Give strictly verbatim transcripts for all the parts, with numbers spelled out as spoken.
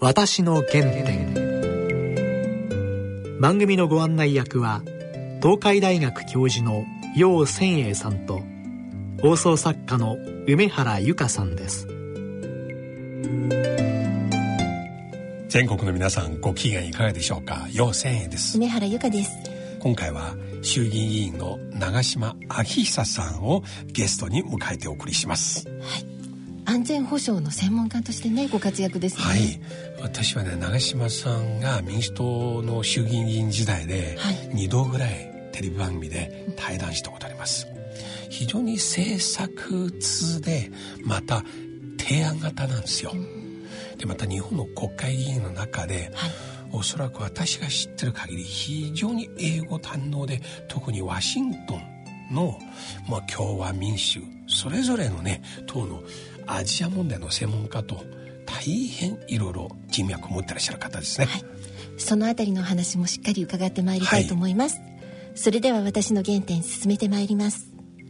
私の原点。番組のご案内役は東海大学教授の楊千栄さんと放送作家の梅原由香さんです。 全国の皆さん、ご機嫌いかがでしょうか。楊千栄です。 梅原由香です。 今回は衆議院議員の長島昭久さんをゲストに迎えてお送りします。 はい、安全保障の専門家としてね、ご活躍ですね。 はい、私はね、長島さんが民主党の衆議院議員時代でにどぐらいテレビ番組で対談したことあります。非常に政策通で、また提案型なんですよ。でまた日本の国会議員の中で、はい、おそらく私が知ってる限り非常に英語堪能で、特にワシントンの、まあ、共和民主それぞれのね党のアジア問題の専門家と大変いろいろ人脈を持ってらっしゃる方ですね。 はい、そのあたりの話もしっかり伺ってまいりたいと思います。はい、それでは私の原点進めてまいります。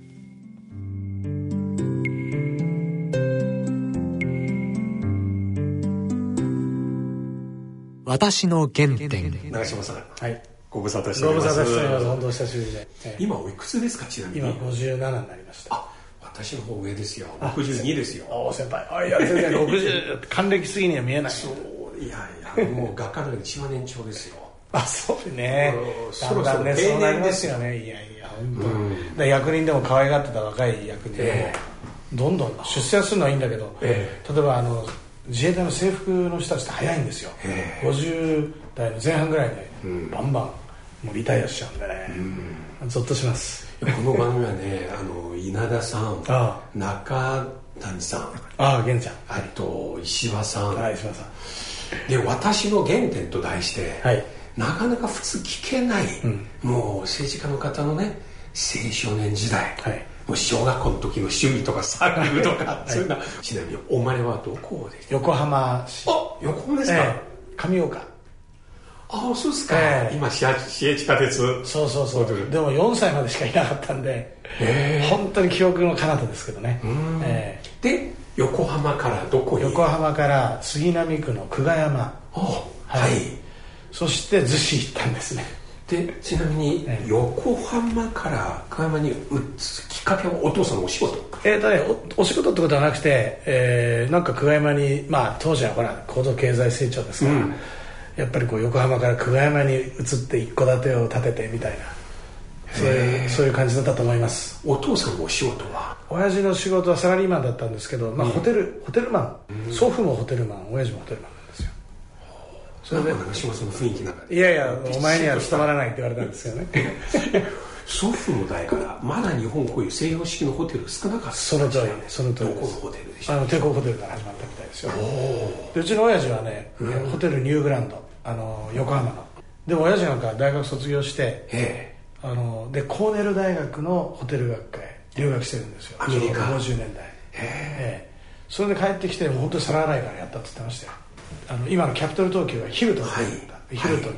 私の原点。 長島さん、 はい、 ご無沙汰しております。 ご無沙汰しております。本当お久しぶりで、 えー、今おいくつですか。ちなみに今ごじゅうななになりました。 あ、私の方上ですよ。ろくじゅうにですよ。 あ、お先輩。あ、いや全然ろくじゅう還暦過ぎには見えない。 そういやいや、もう学科の中で一番年長ですよ。 あ、そうね。 そろそろね、そうなりますよね。いやいや本当、うん、だ役人でも可愛がってた若い役人でも、えー、どんどん出世するのはいいんだけど、えー、例えばあの自衛隊の制服の人たちって早いんですよ。ごじゅう代の前半ぐらいで、うん、バンバンもうリタイアしちゃうんでね、うん、ゾッとします。 この番組はね、あの稲田さん、ああ中谷さん、 ああ源ちゃん、 あと石破さん、 はい、石破さんで、私の原点と題して、はい、なかなか普通聞けない、うん、もう政治家の方のね青少年時代、はい、もう小学校の時の趣味とかサークルとか、はい、そういうの。ちなみにお生まれはどこですか。 横浜市。 あ、横浜ですか。えー、上岡。 ああ、そうですか。えー、今市営地下鉄。 そうそうそう。でもよんさいまでしかいなかったんで、えー、本当に記憶の彼方ですけどね。 えー、で横浜からどこに。 横浜から杉並区の久我山。 はい、はい、 そして逗子行ったんですね。 でちなみに横浜から久我山に移すきっかけはお父さんのお仕事。 えーとね、お, お仕事ってことはなくて、えー、なんか久我山に、まあ当時はほら高度経済成長ですから、うん、やっぱりこう横浜から久我山に移って一戸建てを建ててみたいな、そういう、そういう感じだったと思います。 お父さんのお仕事は。 親父の仕事はサラリーマンだったんですけど、まあ、ホテル、うん、ホテルマン、うん、祖父もホテルマン、親父もホテルマンなんですよ。 それで長島さんの雰囲気の中で、 いやいやお前には務まらないって言われたんですよね。 祖父の代からまだ日本こういう西洋式のホテル少なかった。 その通り、その通りです。 どこのホテルでした。 あの帝国ホテルから始まったみたいですよ。でうちの親父はね、うん、ホテルニューグランド、あの横浜の。でも親父なんか大学卒業して、あのでコーネル大学のホテル学科へ留学してるんですよ。 アメリカごじゅうねんだい。へえ。それで帰ってきてもう本当に皿洗いからやったって言ってましたよ。あの今のキャピトル東急はヒルトンに行った、はい、ヒルトンに行って、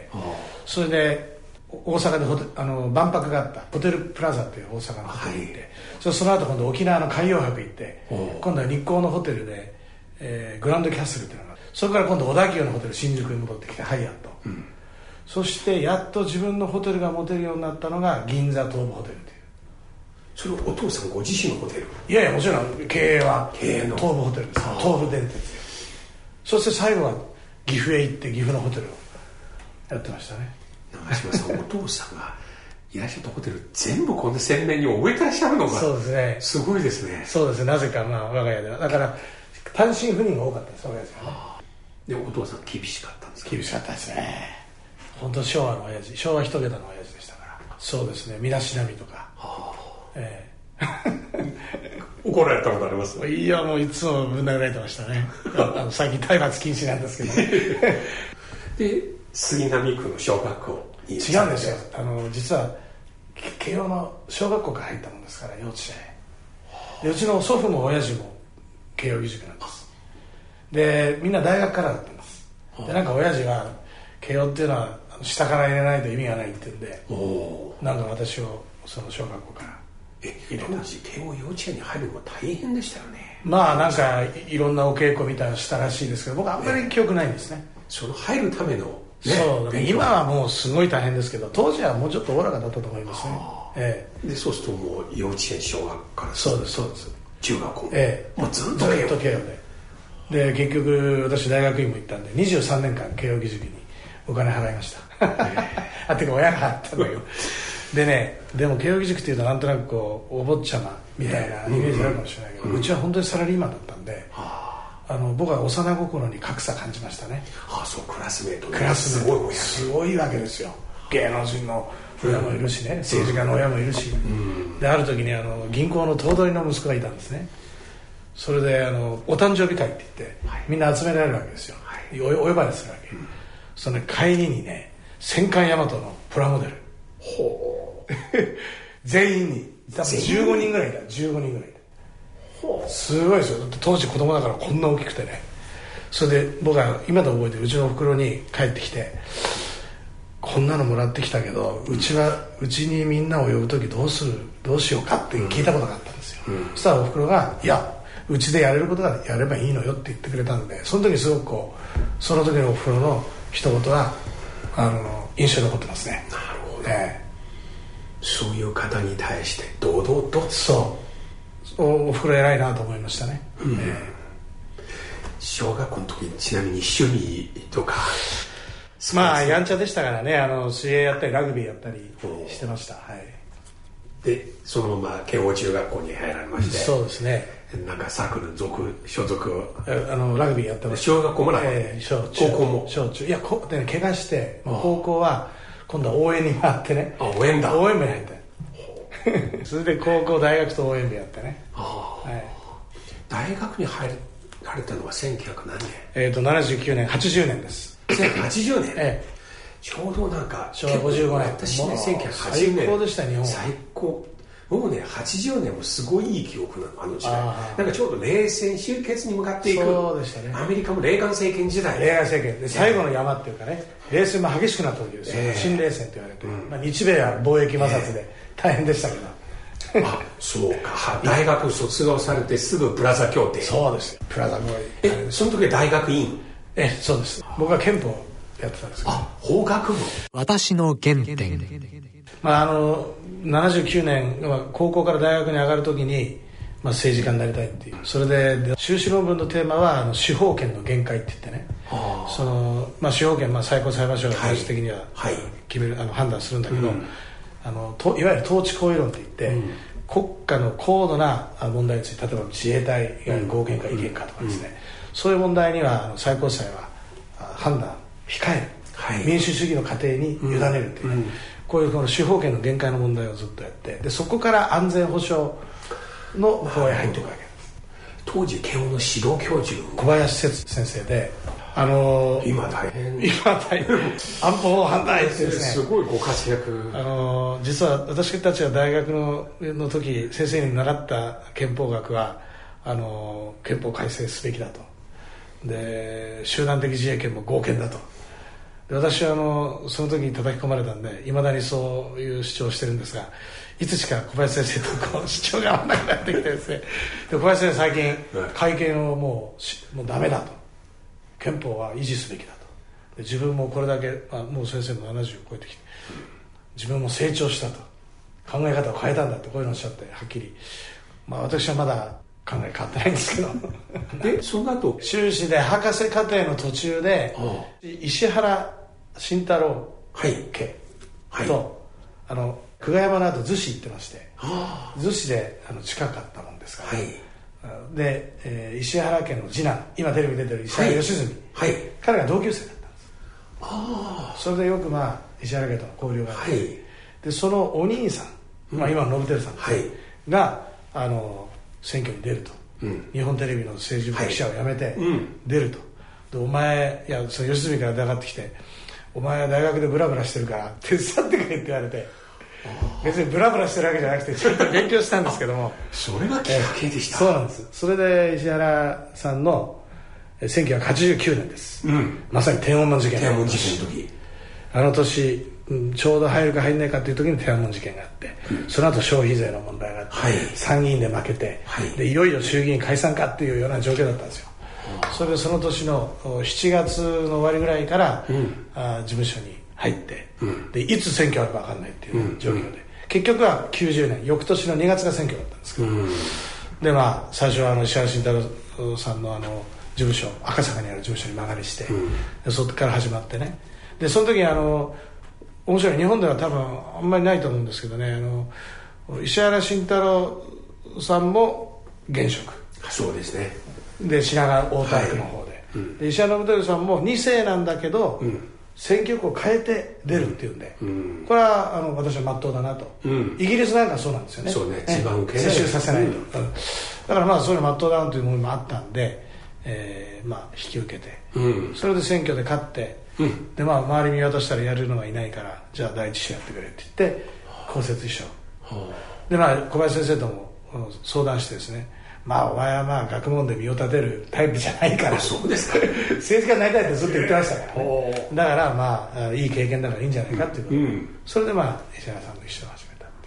はい、それで大阪でホテあの万博があったホテルプラザっていう大阪のホテルに行って、はい、そ, その後今度沖縄の海洋博行って、今度は日光のホテルで、えー、グランドキャッスルっていうのがあって、それから今度小田急のホテル新宿に戻ってきてハイアット、うん、そしてやっと自分のホテルが持てるようになったのが銀座東武ホテルっていう。 それはお父さんご自身のホテル。 いやいやもちろん経営は経営の東武ホテルです。東武電鉄。そして最後は岐阜へ行って岐阜のホテルをやってましたね。 長島さんお父さんがいらっしゃったホテル全部こんな鮮明に覚えてらっしゃるのがそうですね。 すごいですね。 そうですね。なぜかまあ我が家ではだから単身赴任が多かったです親父はね。 でお父さん厳しかったんですか。 厳しかったですね。本当昭和の親父、昭和一桁の親父でしたから。そうですね。身だしなみとか、はあ、ええ怒られたことあります？ いやもういつもぶん殴られてましたね。あの最近体罰禁止なんですけど、ね、 で杉並区の小学校に違うんですよ。あの実は慶応の小学校から入ったもんですから幼稚園で、うちの祖父も親父も慶応義塾なんです。でみんな大学からだったんです。でなんか親父は慶応っていうのは下から入れないと意味がないって言うんで、なんか私をその小学校からえ当時慶応幼稚園に入るのも大変でしたよね。 まあなんかいろんなお稽古みたいなのしたらしいですけど、僕あんまり記憶ないんですね。ね、 その入るための、ね、 そう、今はもうすごい大変ですけど、当時はもうちょっとおおらかだったと思いますね。ええ、でそうするともう幼稚園小学からそうですそうです、 中学校も、 ええ、 もうずっと慶応で、で結局私大学院も行ったんでにじゅうさんねんかん慶応義塾にお金払いました、えー、あてか親が払ったんだけどでね、でも慶応義塾っていうとなんとなくこうお坊ちゃまみたいなイメージあるかもしれないけど、うんうん、うちは本当にサラリーマンだったんで、あの僕は幼心に格差感じましたね。 ああ、そうクラスメート、 クラスメートすごいわけですよ。芸能人の親もいるしね、政治家の親もいるし、うん、である時にあの銀行の頭取の息子がいたんですね。それであのお誕生日会って言って、はい、みんな集められるわけですよ、はい、お, お呼ばれするわけ、うん、その、ね、帰りにね戦艦大和のプラモデルほう全員に多分じゅうごにんぐらいいたじゅうごにんぐらいいたほうすごいですよ。だって当時子供だからこんな大きくてね。それで僕は今で覚えてるうちのおふくろに帰ってきて、こんなのもらってきたけどうちはうちにみんなを呼ぶ時どうするどうしようかって聞いたことがあったんですよ、うん、そしたらおふくろがいやうちでやれることがやればいいのよって言ってくれたんで、その時すごくこうその時のおふくろの一言はあの印象に残ってますね。 なるほど、えー、そういう方に対して堂々とそうおふくろ偉いなと思いましたね、うんえー、 小学校の時ちなみに趣味とかまあやんちゃでしたからね、あの水泳やったりラグビーやったりしてました、はい、 でそのまま慶応中学校に入られまして、 そうですね、 なんかサークル属所属をあのラグビーやってました。 小学校もなかった、 えー、小中高校も小中いやこで、ね、怪我して、まあ、高校は今度は応援に回ってね、 あ応援だ応援部に入ってそれで高校大学と応援部やってね、はい、 大学に入られたのはせんきゅうひゃく何年えーとななじゅうきゅうねんはちじゅうねんです。 せんきゅうひゃくはちじゅうねん、ええ、 ちょうどなんか昭和ごじゅうごねん私ねせんきゅうひゃくはちじゅうねん最高でした日本は最高。僕ねはちじゅうねんもすごいいい記憶なのあの時代。なんかちょうど冷戦終結に向かっていく。 そうでしたね。 アメリカもレーガン政権時代。 レーガン政権で最後の山っていうかね、冷戦も激しくなった時ですよ、えー、新冷戦と言われて、うんまあ、日米は貿易摩擦で大変でしたけど、 えー、あそうか大学卒業されてすぐプラザ協定。 そうですよプラザ協定。えその時は大学院。 えそうです。僕は憲法やってたんですけど。 あ法学部。 私の原点。 まああのななじゅうきゅうねん高校から大学に上がるときに、まあ、政治家になりたいっていう。それで修士論文のテーマはあの司法権の限界って言ってね、その、まあ、司法権、まあ、最高裁判所が最終的には決める、はい、あの判断するんだけど、うん、あのといわゆる統治行為論って言って、うん、国家の高度な問題について、例えば自衛隊が合憲か違憲かとかですね、うん、そういう問題にはあの最高裁は判断控える、はい、民主主義の過程に委ねるっていうね、うんうんこういうこの司法権の限界の問題をずっとやって、でそこから安全保障の方へ入っていくわけです。 当時慶応の指導教授小林節先生で、あのー、 今大変今大変安保法反対ってですねすごいご活躍。 あのー、実は私たちが大学のの時先生に習った憲法学はあのー、憲法改正すべきだと。で集団的自衛権も合憲だと。で私はあのその時に叩き込まれたんでいまだにそういう主張をしてるんですが、いつしか小林先生とこう主張が合わなくなってきてですねで小林先生最近改憲をもうもうダメだと、憲法は維持すべきだと。で自分もこれだけ、まあ、もう先生もななじゅうを超えてきて自分も成長したと、考え方を変えたんだってこういうのをおっしゃってはっきり、まあ、私はまだ考え変わってないんですけどでその後修士で博士課程の途中で石原慎太郎家と、はい、あの久我山の後逗子行ってまして、逗子であの近かったもんですから、はい、で、えー、石原家の次男今テレビ出てる石原良純、はいはい、彼が同級生だったんです。あそれでよくまあ石原家との交流があって、はい、でそのお兄さん、うんまあ、今の信輝さん、はい、があの選挙に出ると、うん、日本テレビの政治部記者を辞めて出ると、でお前いやその良純から出がってきてお前は大学でブラブラしてるから手伝ってくれって言われて、別にブラブラしてるわけじゃなくてちゃんと勉強したんですけどもそれがきっかけでした。 そうなんです。それで石原さんのせんきゅうひゃくはちじゅうきゅうねんです、うん、まさに天安門事件天安門事件の時あの年うん、ちょうど入るか入んないかっていう時に天安門事件があって、うん、その後消費税の問題があって、はい、参議院で負けて、はい、でいよいよ衆議院解散かっていうような状況だったんですよ。それでその年のしちがつの終わりぐらいから、うん、あ事務所に入って、うん、でいつ選挙あるか分かんないっていう状況で、うん、結局はきゅうじゅうねん翌年のにがつが選挙だったんですけど、うん、でまあ最初はあの石原慎太郎さんのあの事務所赤坂にある事務所に間借りして、うん、でそこから始まってね、でその時あの面白い、日本では多分あんまりないと思うんですけどね、あの石原慎太郎さんも現職、 そうですね、 で品川大田区の方で、はい、うん、で石原伸晃さんもに世なんだけど、うん、選挙区を変えて出るっていうんで、うん、これはあの私は真っ当だなと、うん、イギリスなんかそうなんですよね、 そうね、一番受け世襲させないと、うん、だからまあそういうの真っ当だなというものもあったんで、えー、まあ引き受けて、うん、それで選挙で勝って、うん、でまあ周り見渡したらやるのがいないからじゃあ第一秘書やってくれって言って公設秘書、でまあ小林先生とも相談してですね、まあお前はまあ学問で身を立てるタイプじゃないから、 そうですか政治家になりたいってずっと言ってましたからね、だからまあいい経験だからいいんじゃないかっていうことで、うん、それでまあ石原さんの秘書を始めたっていう。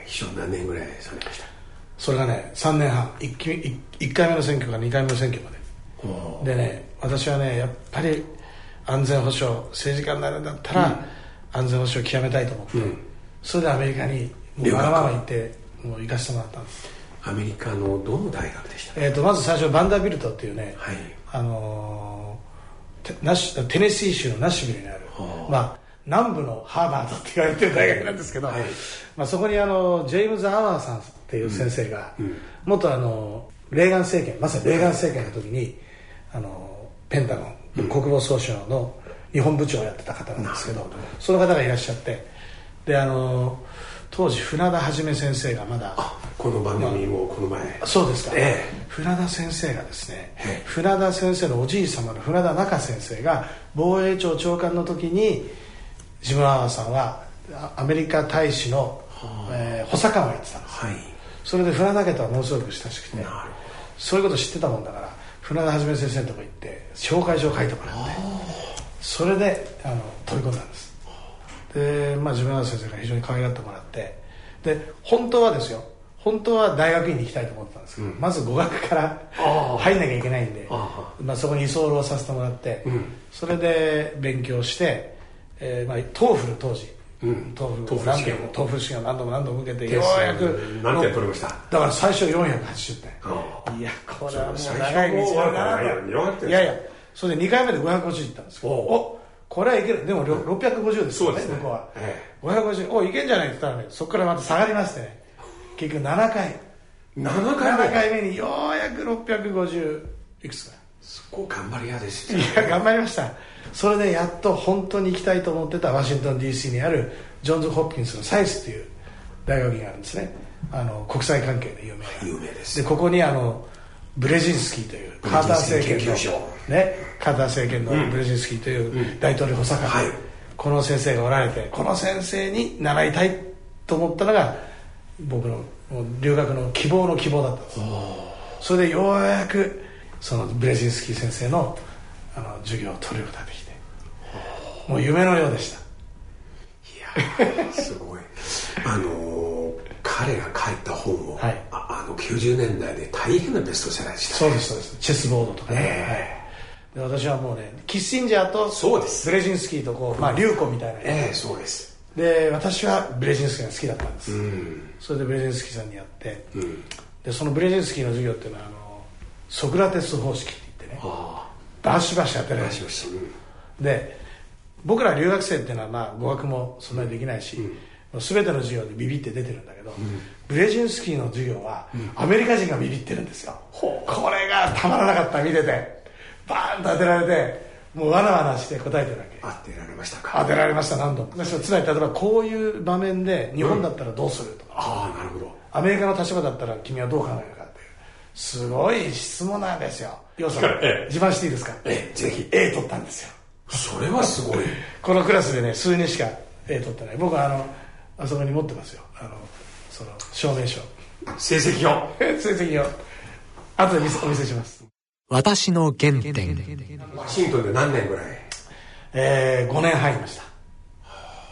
秘書何年ぐらいされました？ それがねさんねんはん、 1, 1回目の選挙からにかいめの選挙まででね、私はねやっぱり安全保障、政治家になるんだったら、うん、安全保障を極めたいと思って、うん、それでアメリカにもうわがまま行ってもう行かせてもらったんです。 アメリカのどの大学でしたか？ えー、とまず最初バンダービルトっていうね、はい、あのー、テ, ナシテネシー州のナッシュビルにある、まあ、南部のハーバードって言われてる大学なんですけど、はい、まあ、そこにあのジェームズ・アワーさんっていう先生が、うんうん、元あのレーガン政権、まさにレーガン政権の時にあのペンタゴン、うん、国防総省の日本部長をやってた方なんですけど、その方がいらっしゃって、であの当時船田一先生がまだ、 あ、この番組もこの前、まあ、そうですか、ええ、船田先生がですね、ええ、船田先生のおじい様の船田中先生が防衛庁長官の時にジム・アワーさんはアメリカ大使の、はあ、えー、補佐官をやってたんです、はい、それで船田家とはものすごく親しくて、そういうこと知ってたもんだから船田一先生のとこ行って紹介状を書いてもらって、それであの飛び込んだんです。で、まあ、自分の先生が非常に可愛がってもらって、で本当はですよ、本当は大学院に行きたいと思ってたんですけど、うん、まず語学から入んなきゃいけないんで、まあ、そこに居候させてもらって、うん、それで勉強して、えーまあ、トーフル当時、うん、トーフル試験もトーフル試験を何度も何度も受けてようやく何点取りました？ だから最初よんひゃくはちじゅってん、いやこれはもう長い道だなと、いやいや、それでにかいめでごひゃくごじゅういったんですけど、おこれはいける、でもろっぴゃくごじゅうですよね、向こうは、ええ、ごひゃくごじゅう、おいけんじゃないって言ったらね、そこからまた下がりましてね、結局ななかいななかいめななかいめにようやくろっぴゃくごじゅういくつか、 そこ頑張り屋ですよね。いや頑張りました。それでやっと本当に行きたいと思ってたワシントン ディーシー にあるジョンズ・ホプキンスのサイスという大学院があるんですね。あの国際関係で有名な有名です。 でここにあのブレジンスキーというカーター政権の、ね、カーター政権のブレジンスキーという大統領補佐官、うんうん、はい、この先生がおられて、この先生に習いたいと思ったのが僕の留学の希望の希望だったんです。それでようやくそのブレジンスキー先生のあの授業を取ることができて、もう夢のようでした。 いやすごいあの彼が書いた本を、はい、あ, あのきゅうじゅうねんだいで大変なベストセラーでした、 ね、そうですそうです。チェスボードとかね、えーはい、で私はもうねキッシンジャーとそうですブレジンスキーとこう、まあ、竜子みたいな、 えー、そうです。 で私はブレジンスキーが好きだったんです、うん、それでブレジンスキーさんにやって、うん、でそのブレジンスキーの授業っていうのはあのソクラテス方式って言ってね、バシバシやってるんですよ、うん、で僕ら留学生っていうのは、まあ、語学もそんなにできないし、うん、全ての授業でビビって出てるんだけど、うん、ブレジンスキーの授業は、うん、アメリカ人がビビってるんですよ、うん、これがたまらなかった。見ててバーンと当てられてもうわなわなして答えてるわけ。 当てられましたか？ 当てられました、何度も。つまり例えばこういう場面で日本だったらどうするとか、うん、 ああなるほど、 アメリカの立場だったら君はどう考えるかっていうすごい質問なんですよ。ようさん、ええ、自慢していいですか？ ええ、ぜひ。 A 取ったんですよ。 それはすごいこのクラスでね数人しか A 取ってない。僕はあのあそこに持ってますよ、あのその証明書、 成績を成績を後でお見せします。 私の原点。 ワシントンで何年ぐらい？ えー、ごねん入りました。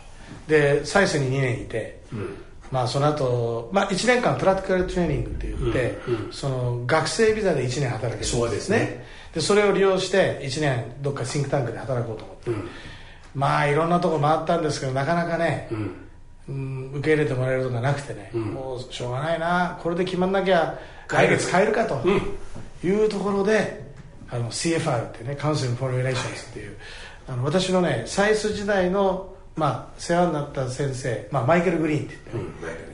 でサイスににねんいて、うん、まあその後、まあいちねんかんプラクティカルトレーニングって言って、うんうん、その学生ビザでいちねん働けるんですね。そうですね。でそれを利用していちねんどっかシンクタンクで働こうと思って、うん、まあいろんなとこ回ったんですけどなかなかね、うんうん、受け入れてもらえるとかなくてね、うん、もうしょうがないな、これで決まんなきゃ来月帰るかというところで、あの シーエフアール っていうね、カウンセリング・フォー・リレーションズっていう、あの私のねサイス時代の、まあ、世話になった先生、まあ、マイケル・グリーンって言って、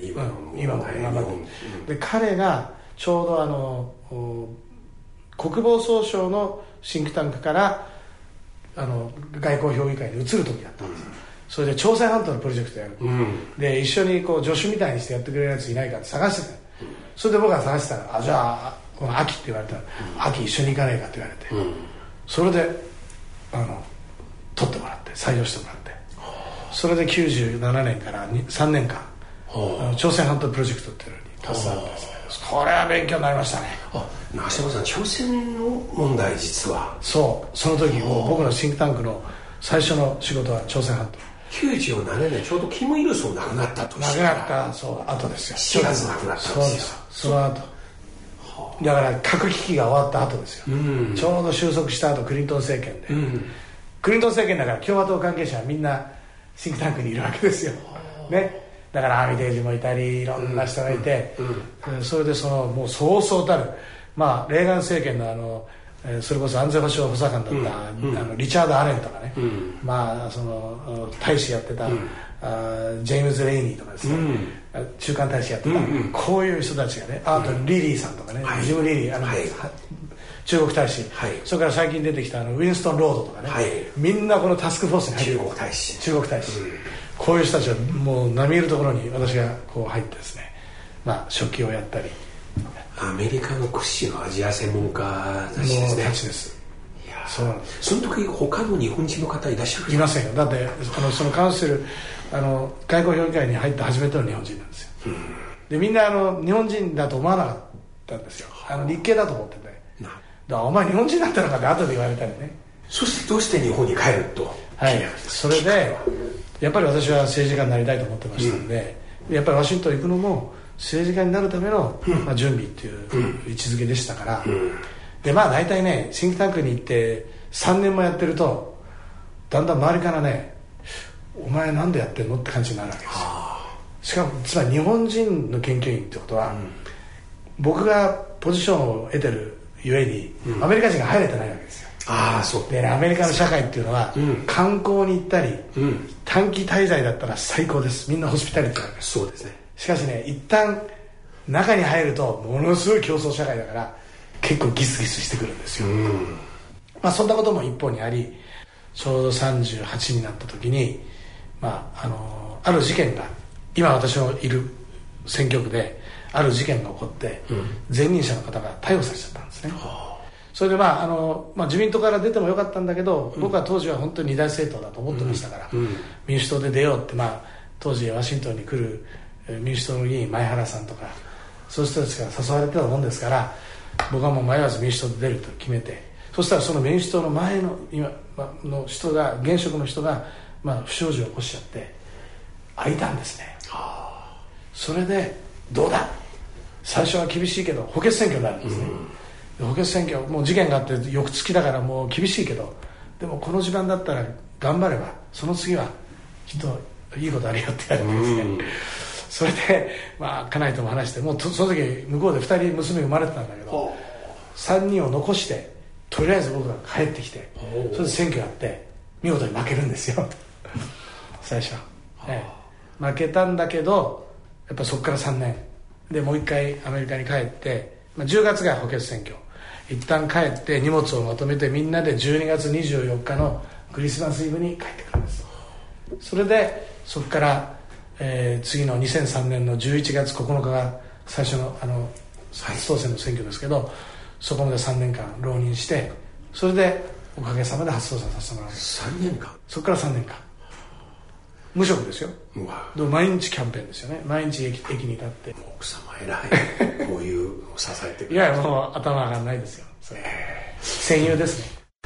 ね、うん、今も今もで彼がちょうどあの国防総省のシンクタンクからあの外交評議会に移る時だったんです、うん、それで朝鮮半島のプロジェクトやる、うん、で一緒にこう助手みたいにしてやってくれるやついないかって探してた、うん、それで僕が探してたら、あじゃあこの秋って言われたら、うん、秋一緒に行かないかって言われて、うん、それであの取ってもらって採用してもらって、それできゅうじゅうななねんからさんねんかんあの朝鮮半島プロジェクトっていうのに携わってですね、これは勉強になりましたね。 あ、長嶋さん、朝鮮の問題実はそうその時もう僕のシンクタンクの最初の仕事は朝鮮半島。 きゅうじゅうななねんちょうどキム・イルソン亡くなった年亡くなったそう後ですよ。 しちがつ亡くなったんですよ。 そうですよ、その後だから核危機が終わった後ですよ、うん、ちょうど収束した後クリントン政権で、うん、クリントン政権だから共和党関係者はみんなシンクタンクにいるわけですよ、ね、だからアーミデージもいたりいろんな人がいて、うんうん、それでそのもうそうそうたる、まあ、レーガン政権のあのそれこそ安全保障補佐官だった、うん、あのリチャード・アレンとかね、うん、まあその大使やってた、うん、あジェームズ・レイニーとかですね、うん、中間大使やってた、うん、こういう人たちがね、あとリリーさんとかね、はい、ジム・リリーあの、はい、中国大使、はい、それから最近出てきたあのウィンストン・ロードとかね、はい、みんなこのタスクフォースに入ってる中国大使中国大使、うん、こういう人たちはもう並みいるところに私がこう入ってですね、まあ書記をやったり。 アメリカの屈指のアジア専門家たちですね。 たちです。 いやそうなんです。その時他の日本人の方いらっしゃる？ いませんよ。だってあのそのカウンセルあの外交評議会に入った初めての日本人なんですよ。うん、でみんなあの日本人だと思わなかったんですよ。あの日系だと思ってて。だからお前日本人だったのかって後で言われたりね。 そしてどうして日本に帰ると？ はい。それでやっぱり私は政治家になりたいと思ってましたので、うん、やっぱりワシントン行くのも政治家になるための、うんまあ、準備っていう位置づけでしたから、うん、でまあ大体ねシンクタンクに行ってさんねんもやってるとだんだん周りからねお前なんでやってんのって感じになるわけですよ。しかもつまり日本人の研究員ってことは、うん、僕がポジションを得てるゆえに、うん、アメリカ人が入れてないわけですよ。 ああそうで、ね、アメリカの社会っていうのは、うん、観光に行ったり、うん、短期滞在だったら最高です。みんなホスピタリティあるわけです。 そうですね。 しかしね一旦中に入るとものすごい競争社会だから結構ギスギスしてくるんですよ、うんまあ、そんなことも一方にありちょうどさんじゅうはちになった時に、まあ、あのある事件が今私のいる選挙区である事件が起こって、うん、前任者の方が逮捕されちゃったんですね、はあ、それで、まああのまあ、自民党から出てもよかったんだけど、うん、僕は当時は本当に二大政党だと思ってましたから、うんうん、民主党で出ようって、まあ、当時ワシントンに来る民主党の議員前原さんとかそういう人たちから誘われてたもんですから僕はもう迷わず民主党で出ると決めて、そしたらその民主党の前の今の人が現職の人が、まあ、不祥事を起こしちゃって空いたんですね、はあ、それでどうだ最初は厳しいけど補欠選挙になるんですね、うん、補欠選挙もう事件があって翌月だからもう厳しいけどでもこの時間だったら頑張ればその次はきっといいことあるよって言われてですね、うんそれで、まあ、家内とも話してもうその時向こうでふたり娘生まれてたんだけどさんにんを残してとりあえず僕が帰ってきてそれで選挙やって見事に負けるんですよ最初、ね、負けたんだけどやっぱそこからさんねんでもう一回アメリカに帰って、まあ、じゅうがつが補欠選挙一旦帰って荷物をまとめてみんなでじゅうにがつにじゅうよっかのクリスマスイブに帰ってくるんです。それでそこからえー、次のにせんさんねんのじゅういちがつここのかが最初のあの初当選の選挙ですけどそこまでさんねんかん浪人してそれでおかげさまで初当選させてもらうんです。 さんねんかんそこからさんねんかん無職ですよ。うわでも毎日キャンペーンですよね。毎日 駅, 駅に立って奥様偉いこういう支えてくれるいやもう頭上がらないですよそれ戦友ですね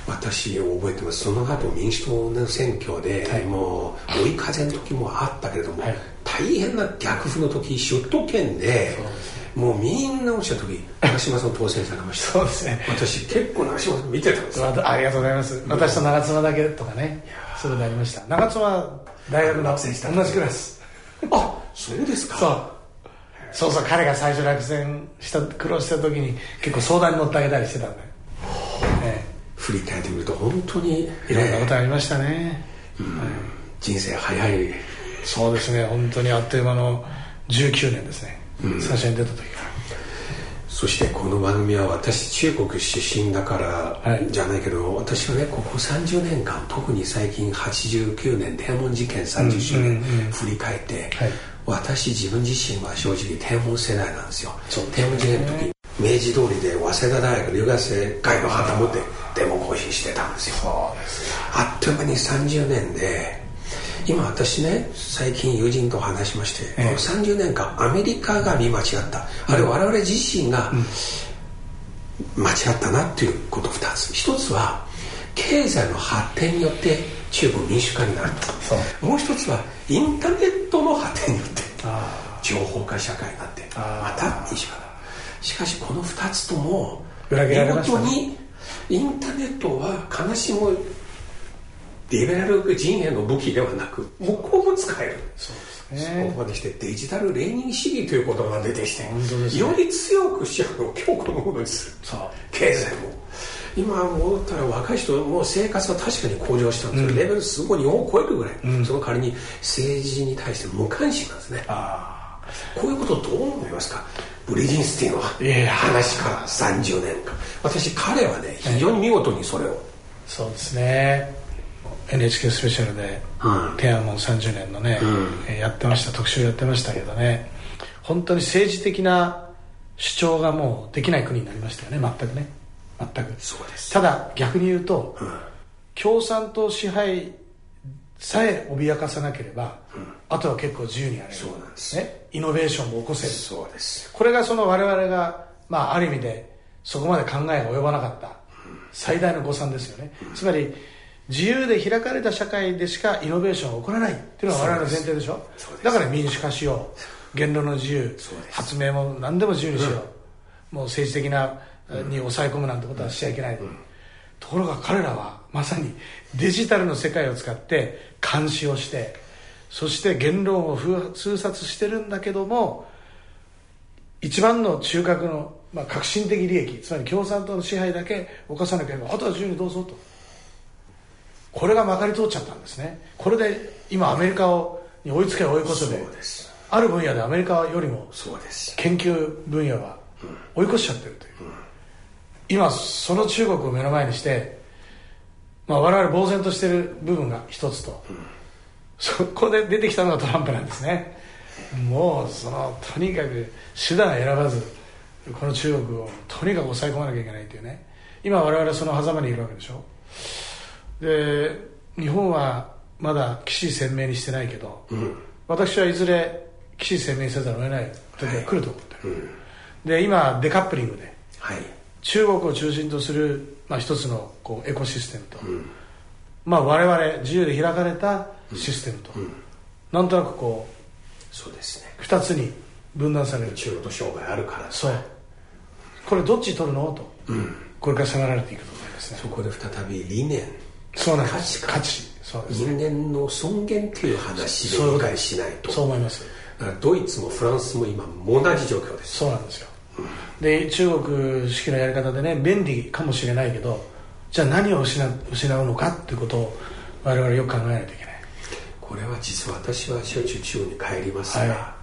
私覚えてます。その後民主党の選挙で、はい、もう追い風の時もあったけれども、はい、大変な逆風の時首都圏でもうみんな落ちた時長嶋さん当選されました。 そうですね。 私結構長嶋さん見てたんですよ。 ありがとうございます。うん、私と長妻だけとかね、それでありました。長妻は大学の同じクラス。 あ、そうですか。 そうそうそう、彼が最初落選した苦労した時に結構相談に乗ってあげたりしてたんだよ。 ええ、振り返ってみると本当にいろんなことありましたね。 うん、はい、人生早い。 そうですね、本当にあっという間のじゅうきゅうねんですね、うん、最初に出た時から。 そしてこの番組は私中国出身だからじゃないけど、はい、私はねここさんじゅうねんかん、特に最近はちじゅうきゅうねん天安門事件さんじゅっしゅうねん振り返って、はい、私自分自身は正直天安門世代なんですよ。天安門事件の時明治通りで早稲田大学留学生会の旗持ってデモ行進してたんですよ。そうです。あっという間にさんじゅうねんで、今私ね最近友人と話しまして、ええ、このさんじゅうねんかんアメリカが見間違った、あるいは我々自身が間違ったなっていうことふたつ。ひとつは経済の発展によって中国民主化になると。もう一つはインターネットの発展によって情報化社会になってまた民主化だ。しかしこのふたつとも裏切られましたね。 見事にインターネットは必ずしもリベラル陣営の武器ではなく向こうも使える。そうですね。そこまでしてデジタルレーニング主義という言葉が出てきて、ね、より強く視野の強固のものにする。そう経済も今戻ったら若い人もう生活は確かに向上したんですけど、うん、レベルすごい日本を超えるぐらい、うん、その代わりに政治に対して無関心なんですね。あ、こういうことどう思いますか。ブリジンスティンの話からさんじゅうねんかん、私彼はね非常に見事にそれを、えー、そうですね。 エヌエイチケー スペシャルで、うん、天安門さんじゅうねんのね、うん、やってました、特集やってましたけどね、本当に政治的な主張がもうできない国になりましたよね。全くね、全く。そうです。ただ逆に言うと、うん、共産党支配さえ脅かさなければ、うん、あとは結構自由にやれる。そうなんです、ね、イノベーションも起こせる。そうです。これがその我々が、まあ、ある意味でそこまで考えが及ばなかった最大の誤算ですよね、うん、つまり自由で開かれた社会でしかイノベーションが起こらないっていうのが我々の前提でしょ。だから民主化しよう、言論の自由、発明も何でも自由にしよう、うん、もう政治的なに抑え込むなんてことはしちゃいけない、うんうん、ところが彼らはまさにデジタルの世界を使って監視をして、そして言論を封殺してるんだけども、一番の中核の、まあ、革新的利益、つまり共産党の支配だけ犯さなければあとは自由にどうぞと、これがまかり通っちゃったんですね。これで今アメリカをに追いつけ追い越せで、ある分野でアメリカよりも研究分野は追い越しちゃってるという、うん、今その中国を目の前にして、まあ、我々呆然としてる部分が一つと、うん、そこで出てきたのがトランプなんですね。もうそのとにかく手段を選ばずこの中国をとにかく抑え込まなきゃいけないというね。今我々はその狭間にいるわけでしょ。で日本はまだ起死鮮明にしてないけど、うん、私はいずれ起死鮮明にせざるを得ない時が来ると思ってる、はい、うん、で今デカップリングで、はい、中国を中心とする、まあ、一つのこうエコシステムと、うん、まあ、我々自由で開かれたシステムと、うんうん、なんとなくこうそうですね、ふたつに分断される。 中国と商売あるから、 そう、これどっち取るのと、うん、これから迫られていくと思いますね。 そこで再び理念、 そうなんです、 価値観、 価値、そうですね、 人間の尊厳っていう話で理解しないと。 そう思います。 だからドイツもフランスも今同じ状況です。 そうなんですよ、うん、で中国式のやり方でね、便利かもしれないけど、じゃあ何を失う、失うのかっていうことを我々よく考えないといけない。 これは実は私はしょっちゅう中国に帰りますが、はい、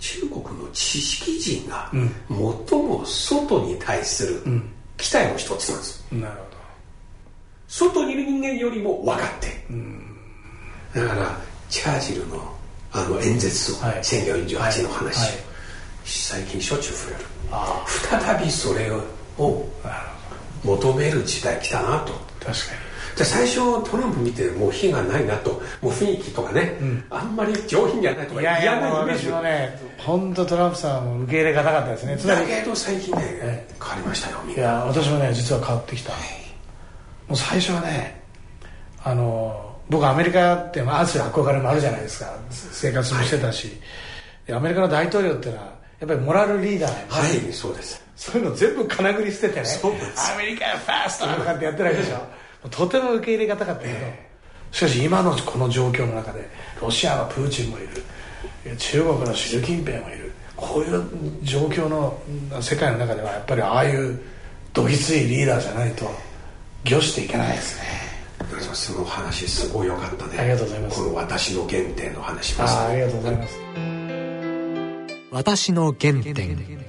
中国の知識人が最も外に対する期待の一つなんです、うん、なるほど。外にいる人間よりも分かって、うん、だからチャーチルのあの演説を、はい、せんきゅうひゃくよんじゅうはちの話を、はいはい、最近しょっちゅう触れる。あ、再びそれを求める時代来たなと。 確かに。 で最初トランプ見てもう火がないなと、もう雰囲気とかね、うん、あんまり上品じゃないとか嫌なイメージ。 私もね、本当トランプさんも受け入れがなかったですね。 だけど最近ね、ええ、変わりましたよ。みんな。 いや私もね実は変わってきた。 もう最初はね、あの僕アメリカってある種憧れもあるじゃないですか。生活もしてたし、はい、アメリカの大統領っていうのはやっぱりモラルリーダーなんです、ね、 はい、そうです。 そういうの全部かなぐり捨ててね、アメリカファーストとかってやってるわけでしょ。とても受け入れがたかったけど、えー、しかし今のこの状況の中でロシアのプーチンもいる、中国の習近平もいる、こういう状況の世界の中ではやっぱりああいうどぎついリーダーじゃないと御していけないですね。 その話すごい良かったね。 ありがとうございます。 この私の原点の話も、 あ, ありがとうございます。 私の原点。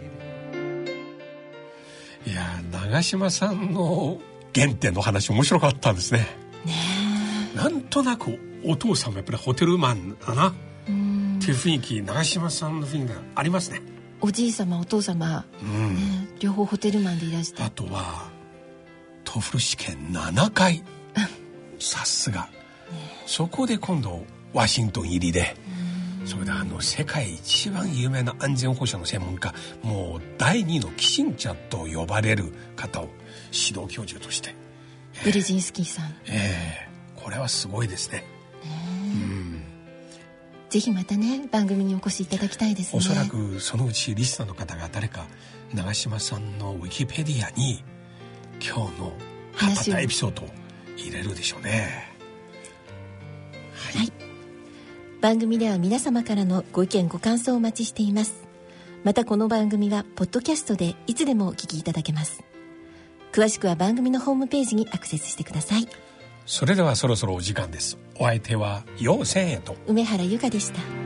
いや、長嶋さんの原点の話面白かったんですね。 ねえ。なんとなくお父さんもやっぱりホテルマンだなっていう雰囲気、長嶋さんの雰囲気がありますね。 おじい様お父様、うんね、両方ホテルマンでいらして、 あとはトフル試験ななかいさすが、ね、そこで今度ワシントン入りで、それであの世界一番有名な安全保障の専門家、もう第二のキシンチャーと呼ばれる方を指導教授として、 ブレジンスキーさん、 えー、これはすごいですね。ね、うん、 ぜひまたね番組にお越しいただきたいですね。 おそらくそのうちリスナーの方が誰か長嶋さんのウィキペディアに今日の博多エピソードを入れるでしょうね。はい、はい、 番組では皆様からのご意見ご感想をお待ちしています。またこの番組はポッドキャストでいつでもお聞きいただけます。詳しくは番組のホームページにアクセスしてください。 それではそろそろお時間です。お相手は陽千恵と梅原由香でした。